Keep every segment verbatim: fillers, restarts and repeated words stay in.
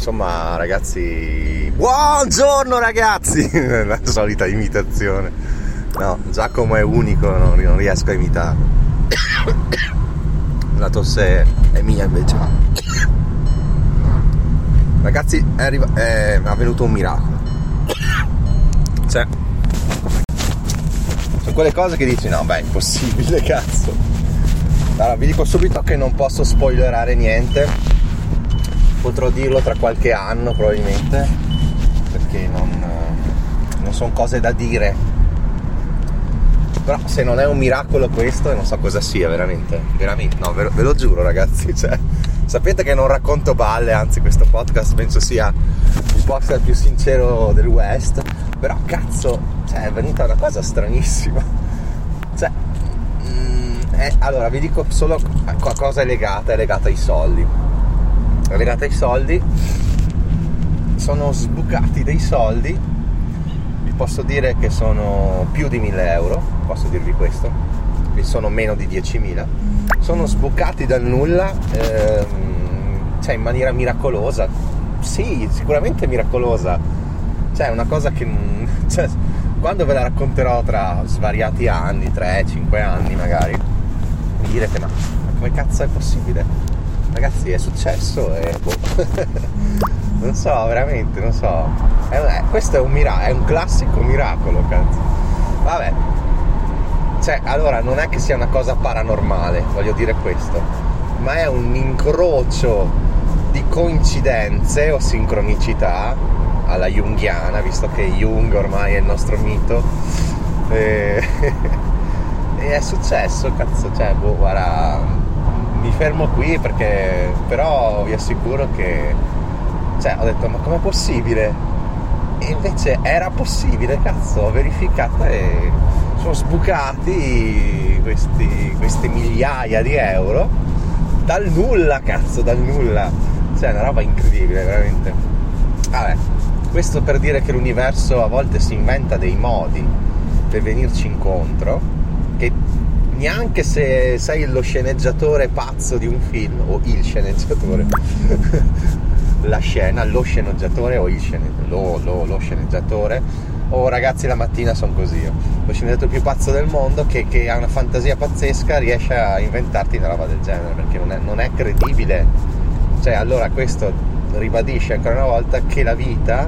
insomma ragazzi, buongiorno ragazzi. La solita imitazione. No, Giacomo è unico, non, non riesco a imitarlo. La tosse è mia invece. Ragazzi, è, arriva- è avvenuto un miracolo. Cioè, sono quelle cose che dici no, beh, è impossibile, cazzo. Allora, vi dico subito che non posso spoilerare niente. Potrò dirlo tra qualche anno probabilmente, perché non, non sono cose da dire. Però se non è un miracolo questo, non so cosa sia veramente. Veramente, no, ve lo, ve lo giuro ragazzi, cioè, sapete che non racconto balle, anzi questo podcast penso sia il podcast più sincero del West. Però cazzo, cioè, è venuta una cosa stranissima. Cioè, mm, eh, allora vi dico solo a cosa è legata, è legata ai soldi. È legata ai soldi. Sono sbucati dei soldi. Vi posso dire che sono più di mille euro, posso dirvi questo. E sono meno di diecimila. Sono sbucati dal nulla, ehm, cioè in maniera miracolosa. Sì, sicuramente miracolosa. Cioè è una cosa che, cioè, quando ve la racconterò tra svariati anni, tre cinque anni magari, mi direte ma, ma come cazzo è possibile? Ragazzi, è successo e boh. Non so, veramente, non so. È, è, questo è un miracolo, è un classico miracolo, cazzo. Vabbè. Cioè, allora, non è che sia una cosa paranormale, voglio dire questo, ma è un incrocio di coincidenze o sincronicità alla junghiana, visto che Jung ormai è il nostro mito. E, e è successo, cazzo, cioè, boh, guarda... Mi fermo qui perché però vi assicuro che, cioè, ho detto ma com'è possibile? E invece era possibile, cazzo, ho verificato e sono sbucati questi, queste migliaia di euro dal nulla, cazzo, dal nulla. Cioè, è una roba incredibile, veramente. Vabbè, questo per dire che l'universo a volte si inventa dei modi per venirci incontro, che neanche se sei lo sceneggiatore pazzo di un film o il sceneggiatore la scena, lo sceneggiatore o il sceneggiatore lo, lo, lo sceneggiatore o ragazzi la mattina sono così io lo sceneggiatore più pazzo del mondo che, che ha una fantasia pazzesca riesce a inventarti una roba del genere, perché non è, non è credibile. Cioè, allora questo ribadisce ancora una volta che la vita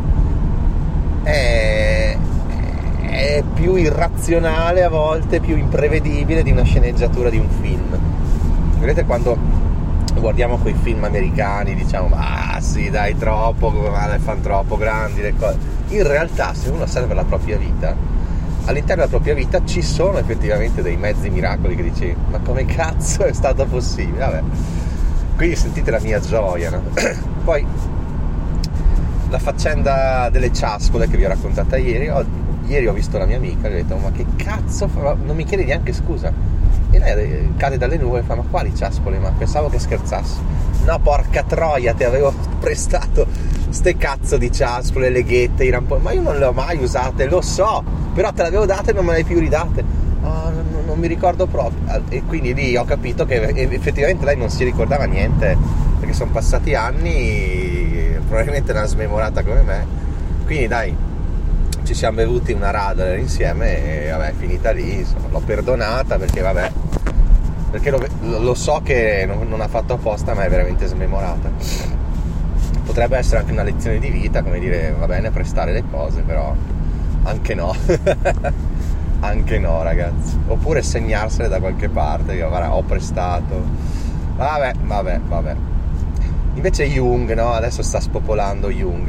è è più irrazionale a volte, più imprevedibile di una sceneggiatura di un film. Vedete quando guardiamo quei film americani, diciamo ah sì dai troppo, male, fanno troppo grandi le cose. In realtà se uno osserva la propria vita, all'interno della propria vita ci sono effettivamente dei mezzi miracoli che dici ma come cazzo è stato possibile? Vabbè, quindi sentite la mia gioia, no? Poi la faccenda delle ciaspole che vi ho raccontata ieri, ho Ieri ho visto la mia amica e gli ho detto ma che cazzo fa? Non mi chiede neanche scusa. E lei cade dalle nuvole e fa ma quali ciaspole? Ma pensavo che scherzassi. No, porca troia, ti avevo prestato ste cazzo di ciaspole, leghette, i ramponi, ma io non le ho mai usate, lo so, però te le avevo date e non me le hai più ridate. Ah, non, non mi ricordo proprio. E quindi lì ho capito che effettivamente lei non si ricordava niente, perché sono passati anni, probabilmente l'ha smemorata come me. Quindi dai, ci siamo bevuti una radler insieme e vabbè, è finita lì, insomma, l'ho perdonata perché vabbè, perché lo, lo so che non, non ha fatto apposta, ma è veramente smemorata. Potrebbe essere anche una lezione di vita, come dire, va bene prestare le cose, però anche no. Anche no, ragazzi. Oppure segnarsele da qualche parte, io guarda, ho prestato. Vabbè, vabbè, vabbè. Invece Jung, no? Adesso sta spopolando Jung.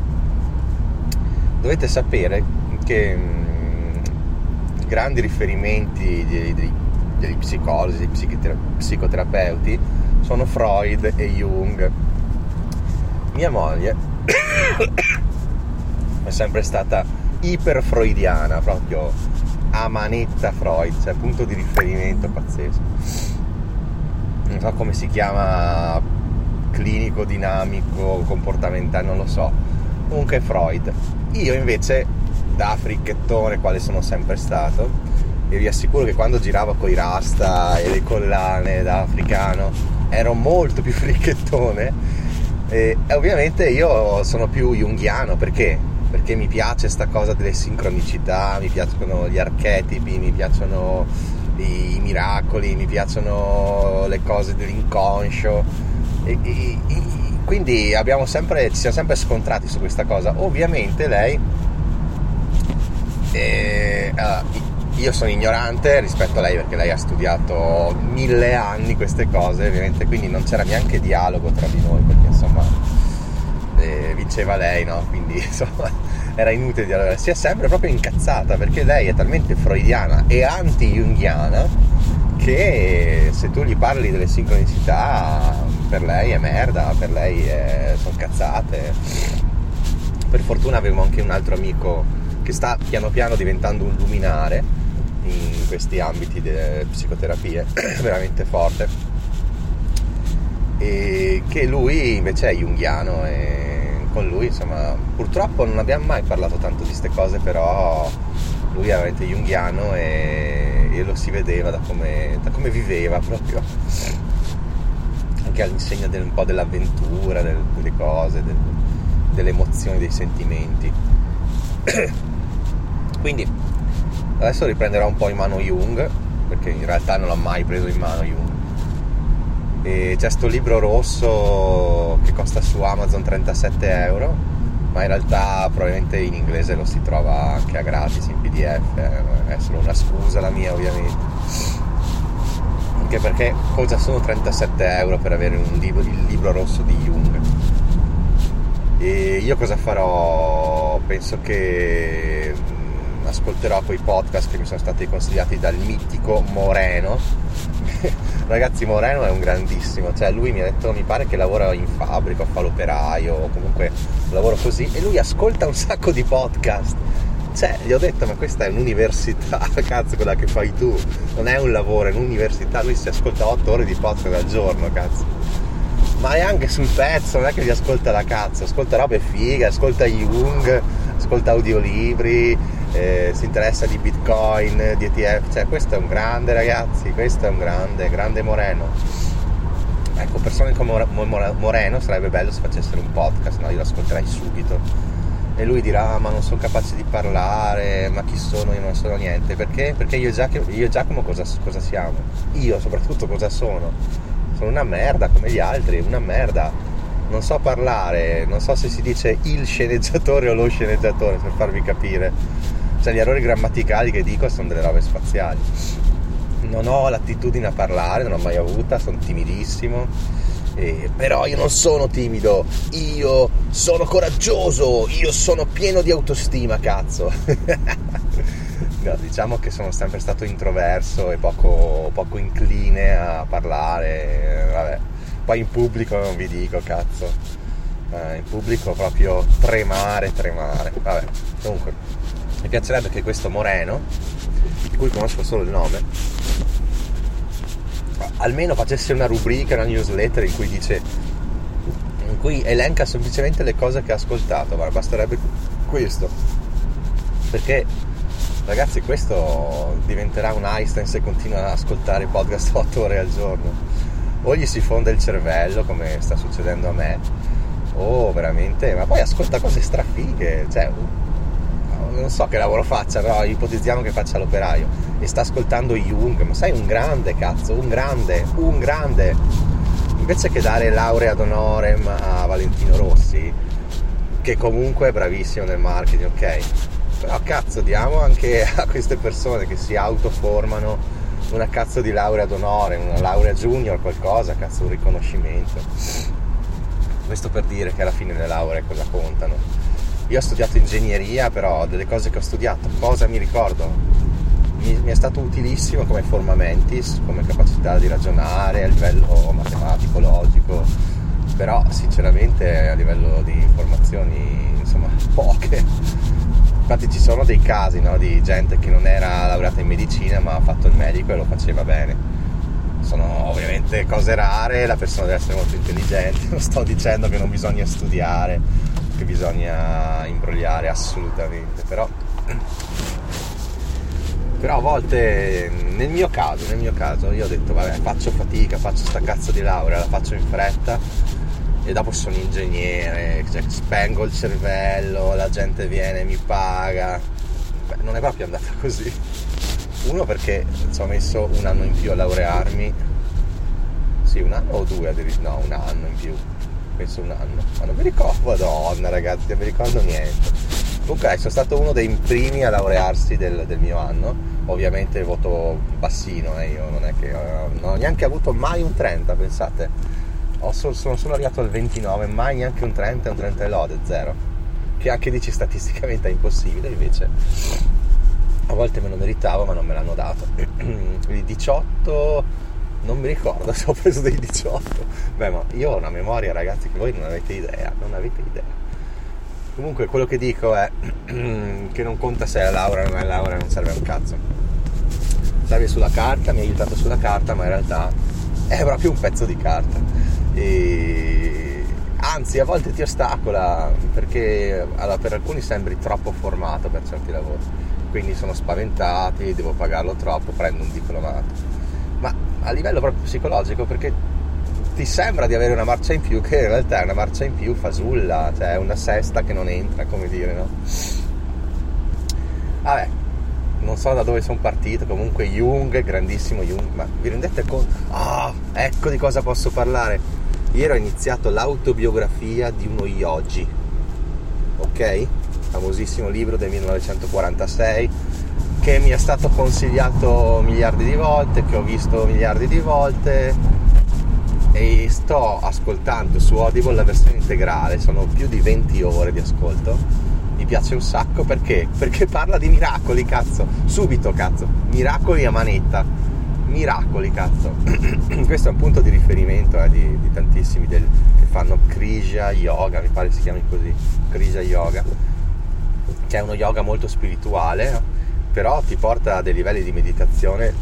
Dovete sapere che mh, grandi riferimenti degli, degli, degli psicologi, degli psichitera- psicoterapeuti sono Freud e Jung. Mia moglie è sempre stata iperfreudiana, proprio a manetta Freud, cioè punto di riferimento pazzesco. Non so come si chiama, clinico, dinamico, comportamentale, non lo so. Comunque Freud. Io invece, da fricchettone quale sono sempre stato, e vi assicuro che quando giravo coi rasta e le collane da africano ero molto più fricchettone, E, e ovviamente io sono più junghiano, perché? Perché mi piace sta cosa delle sincronicità, mi piacciono gli archetipi, mi piacciono i, i miracoli, mi piacciono le cose dell'inconscio e, e, e quindi abbiamo sempre, ci siamo sempre scontrati su questa cosa. Ovviamente lei eh, io sono ignorante rispetto a lei, perché lei ha studiato mille anni queste cose, ovviamente, quindi non c'era neanche dialogo tra di noi, perché insomma eh, vinceva lei, no? Quindi insomma era inutile dialogare. Si è sempre proprio incazzata, perché lei è talmente freudiana e anti-junghiana che se tu gli parli delle sincronicità, per lei è merda, per lei è... sono cazzate. Per fortuna avevo anche un altro amico che sta piano piano diventando un luminare in questi ambiti delle psicoterapie, veramente forte, e che lui invece è junghiano, e con lui insomma purtroppo non abbiamo mai parlato tanto di queste cose, però lui è veramente junghiano e, e lo si vedeva da come, da come viveva proprio, anche all'insegna del, un po' dell'avventura, del, delle cose, del, delle emozioni, dei sentimenti. Quindi adesso riprenderò un po' in mano Jung, perché in realtà non l'ho mai preso in mano Jung, e c'è sto libro rosso che costa su Amazon trentasette euro, ma in realtà probabilmente in inglese lo si trova anche a gratis in P D F, è solo una scusa la mia, ovviamente, anche perché cosa sono trentasette euro per avere un libro, il libro rosso di Jung? E io cosa farò? Penso che ascolterò quei podcast che mi sono stati consigliati dal mitico Moreno. Ragazzi, Moreno è un grandissimo, cioè lui mi ha detto, mi pare che lavora in fabbrica, fa l'operaio o comunque un lavoro così, e lui ascolta un sacco di podcast. Cioè gli ho detto, ma questa è un'università, cazzo, quella che fai tu, non è un lavoro, è un'università. Lui si ascolta otto ore di podcast al giorno, cazzo, ma è anche sul pezzo, non è che li ascolta la cazzo, ascolta robe fighe, ascolta Jung, ascolta audiolibri, eh, si interessa di Bitcoin, di E T F, cioè questo è un grande, ragazzi, questo è un grande, grande Moreno. Ecco, persone come Moreno sarebbe bello se facessero un podcast, no? Io lo ascolterei subito. E lui dirà, ma non sono capace di parlare, ma chi sono? Io non sono niente. Perché? Perché io e Giacomo, io e Giacomo cosa, cosa siamo? Io soprattutto cosa sono? Sono una merda come gli altri, una merda. Non so parlare, non so se si dice il sceneggiatore o lo sceneggiatore, per farvi capire. Cioè gli errori grammaticali che dico sono delle robe spaziali. Non ho l'attitudine a parlare, non l'ho mai avuta, sono timidissimo. Eh, però io non sono timido, io sono coraggioso, io sono pieno di autostima, cazzo. No, diciamo che sono sempre stato introverso e poco, poco incline a parlare, vabbè. Poi in pubblico non vi dico, cazzo, eh, in pubblico proprio tremare, tremare, vabbè. Comunque mi piacerebbe che questo Moreno, di cui conosco solo il nome, almeno facesse una rubrica, una newsletter in cui dice, in cui elenca semplicemente le cose che ha ascoltato. Guarda, basterebbe questo, perché ragazzi questo diventerà un Einstein se continua ad ascoltare podcast otto ore al giorno. O gli si fonde il cervello, come sta succedendo a me, o veramente, ma poi ascolta cose strafighe, cioè non so che lavoro faccia, però ipotizziamo che faccia l'operaio e sta ascoltando Jung, ma sei un grande, cazzo, un grande, un grande. Invece che dare laurea ad honorem a Valentino Rossi, che comunque è bravissimo nel marketing, ok, però cazzo, diamo anche a queste persone che si autoformano una cazzo di laurea ad honorem, una laurea junior, qualcosa, cazzo, un riconoscimento. Questo per dire che alla fine le lauree cosa contano. Io ho studiato ingegneria, però delle cose che ho studiato, cosa mi ricordo? Mi, mi è stato utilissimo come forma mentis, come capacità di ragionare a livello matematico, logico, però sinceramente a livello di informazioni, insomma, poche. Infatti ci sono dei casi, no, di gente che non era laureata in medicina ma ha fatto il medico e lo faceva bene. Sono ovviamente cose rare, la persona deve essere molto intelligente, non sto dicendo che non bisogna studiare, che bisogna imbrogliare assolutamente, però però a volte nel mio caso nel mio caso io ho detto vabbè, faccio fatica, faccio sta cazzo di laurea, la faccio in fretta e dopo sono ingegnere, cioè, spengo il cervello, la gente viene e mi paga. Beh, non è proprio andata così. Uno, perché ci ho messo un anno in più a laurearmi, sì, un anno o due addirittura, no, un anno in più, penso un anno, ma non mi ricordo, madonna ragazzi, non mi ricordo niente. Comunque sono stato uno dei primi a laurearsi del, del mio anno, ovviamente voto bassino, eh, io non è che non ho neanche avuto mai un trenta, pensate, ho solo, sono solo arrivato al ventinove, mai neanche un trenta, un trenta e lode, zero, che anche dici statisticamente è impossibile, invece a volte me lo meritavo ma non me l'hanno dato. Quindi diciotto, non mi ricordo se ho preso dei diciotto, beh, ma io ho una memoria, ragazzi, che voi non avete idea, non avete idea. Comunque quello che dico è che non conta se è la laurea o non è la laurea, non serve un cazzo, serve sulla carta, mi ha aiutato sulla carta, ma in realtà è proprio un pezzo di carta, e anzi a volte ti ostacola, perché allora, per alcuni sembri troppo formato per certi lavori, quindi sono spaventati, devo pagarlo troppo, prendo un diplomato, ma a livello proprio psicologico, perché ti sembra di avere una marcia in più, che in realtà è una marcia in più fasulla, cioè è una sesta che non entra, come dire, no? Vabbè, non so da dove sono partito, comunque Jung, grandissimo Jung, ma vi rendete conto? Ah, oh, ecco di cosa posso parlare. Ieri ho iniziato l'autobiografia di uno yogi, ok? Famosissimo libro del millenovecentoquarantasei, che mi è stato consigliato miliardi di volte, che ho visto miliardi di volte, e sto ascoltando su Audible la versione integrale, sono più di venti ore di ascolto, mi piace un sacco, perché? Perché parla di miracoli, cazzo, subito, cazzo, miracoli a manetta, miracoli, cazzo. Questo è un punto di riferimento eh, di, di tantissimi del, che fanno Kriya Yoga, mi pare si chiami così, Kriya Yoga, che è uno yoga molto spirituale, no? Però ti porta a dei livelli di meditazione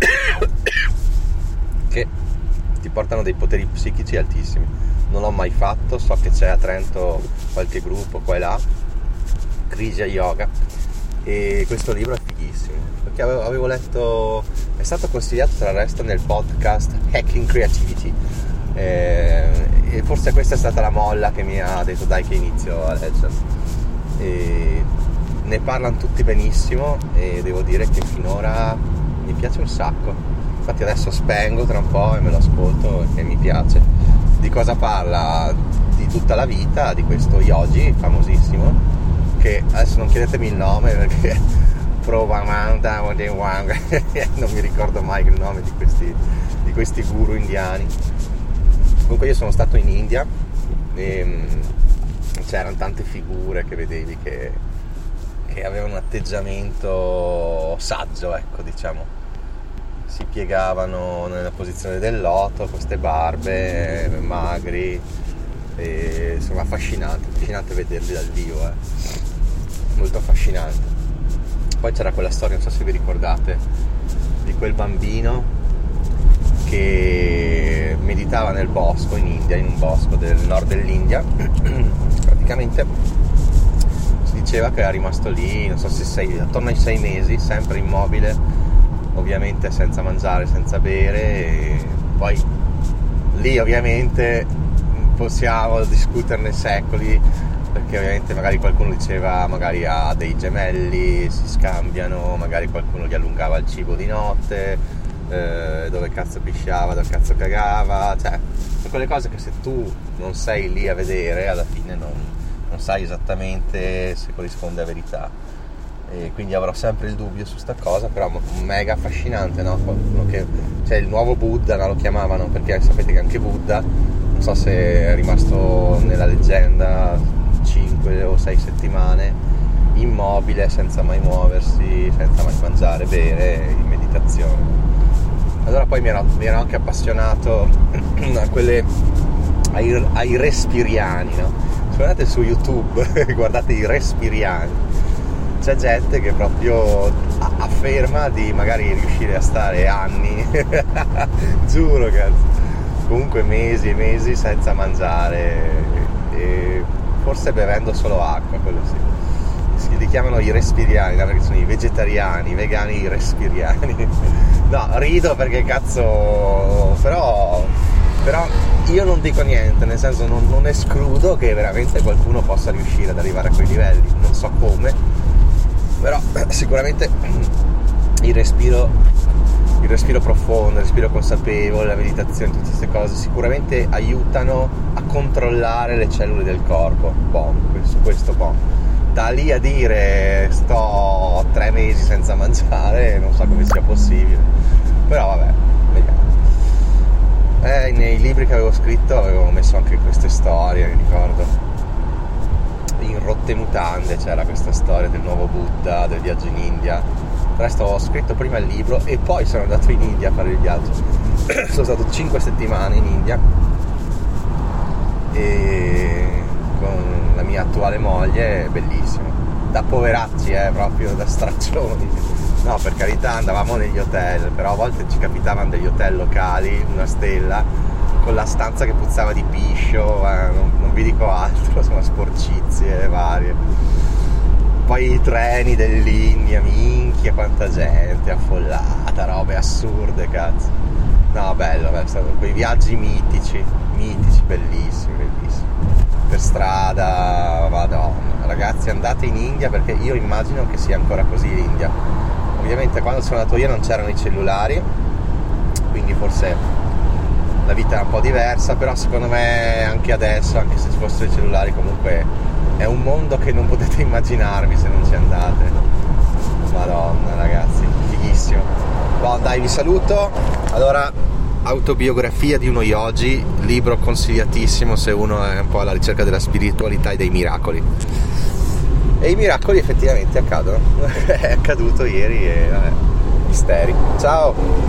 che ti portano dei poteri psichici altissimi. Non l'ho mai fatto, so che c'è a Trento qualche gruppo qua e là, Kriya Yoga, e questo libro è fighissimo, perché avevo, avevo letto, è stato consigliato tra il resto nel podcast Hacking Creativity, eh, e forse questa è stata la molla che mi ha detto dai che inizio a leggere, e ne parlano tutti benissimo, e devo dire che finora mi piace un sacco. Infatti adesso spengo tra un po' e me lo ascolto, e mi piace. Di cosa parla? Di tutta la vita di questo yogi famosissimo, che adesso non chiedetemi il nome perché Prabhupada non mi ricordo mai il nome di questi, di questi guru indiani. Comunque io sono stato in India e c'erano tante figure che vedevi che, che avevano un atteggiamento saggio, ecco, diciamo. Si piegavano nella posizione del loto, queste barbe, magri, e insomma affascinante, affascinante vederli dal vivo, eh. Molto affascinante. Poi c'era quella storia, non so se vi ricordate, di quel bambino che meditava nel bosco in India, in un bosco del nord dell'India. Praticamente si diceva che era rimasto lì, non so se sei, attorno ai sei mesi, sempre immobile, ovviamente senza mangiare, senza bere, e poi lì ovviamente possiamo discuterne secoli, perché ovviamente magari qualcuno diceva magari ha dei gemelli, si scambiano, magari qualcuno gli allungava il cibo di notte, eh, dove cazzo pisciava, dove cazzo cagava, cioè sono quelle cose che se tu non sei lì a vedere alla fine non, non sai esattamente se corrisponde a verità. E quindi avrò sempre il dubbio su sta cosa, però mega affascinante, no? Che, cioè il nuovo Buddha, no? Lo chiamavano, perché sapete che anche Buddha, non so se è rimasto nella leggenda cinque o sei settimane immobile, senza mai muoversi, senza mai mangiare, bere, in meditazione. Allora poi mi ero, mi ero anche appassionato a quelle ai, ai respiriani, no? Se guardate su YouTube guardate i respiriani, c'è gente che proprio afferma di magari riuscire a stare anni giuro, cazzo, comunque mesi e mesi senza mangiare, e forse bevendo solo acqua, quello sì. Si li chiamano i respiriani, no? Perché sono i vegetariani, i vegani, i respiriani. No, rido perché cazzo, però però io non dico niente, nel senso non, non escludo che veramente qualcuno possa riuscire ad arrivare a quei livelli, non so come, però sicuramente il respiro il respiro profondo, il respiro consapevole, la meditazione, tutte queste cose sicuramente aiutano a controllare le cellule del corpo. Boh, su questo boh. Da lì a dire sto tre mesi senza mangiare non so come sia possibile, però vabbè, vediamo. Eh, nei libri che avevo scritto avevo messo anche queste storie, mi ricordo, in Rotte Mutande c'era questa storia del nuovo Buddha, del viaggio in India. Tra l'altro ho scritto prima il libro e poi sono andato in India a fare il viaggio. Sono stato cinque settimane in India e con la mia attuale moglie, bellissimo, da poveracci, eh, proprio da straccioni. No, per carità, andavamo negli hotel, però a volte ci capitavano degli hotel locali, una stella, con la stanza che puzzava di piscio, eh, non, non vi dico altro, insomma, sporcizie varie. Poi i treni dell'India, minchia quanta gente affollata, robe assurde, cazzo. No, bello, bello, stato quei viaggi mitici, mitici, bellissimi, bellissimi. Per strada, madonna, ragazzi, andate in India perché io immagino che sia ancora così l'India. Ovviamente quando sono andato io non c'erano i cellulari, quindi forse la vita è un po' diversa, però secondo me anche adesso, anche se ci fossero i cellulari, comunque è un mondo che non potete immaginarvi se non ci andate. Madonna, ragazzi, fighissimo. Boh, dai, vi saluto. Allora, Autobiografia di uno yogi, libro consigliatissimo se uno è un po' alla ricerca della spiritualità e dei miracoli. E i miracoli effettivamente accadono. È accaduto ieri e vabbè, misteri. Ciao!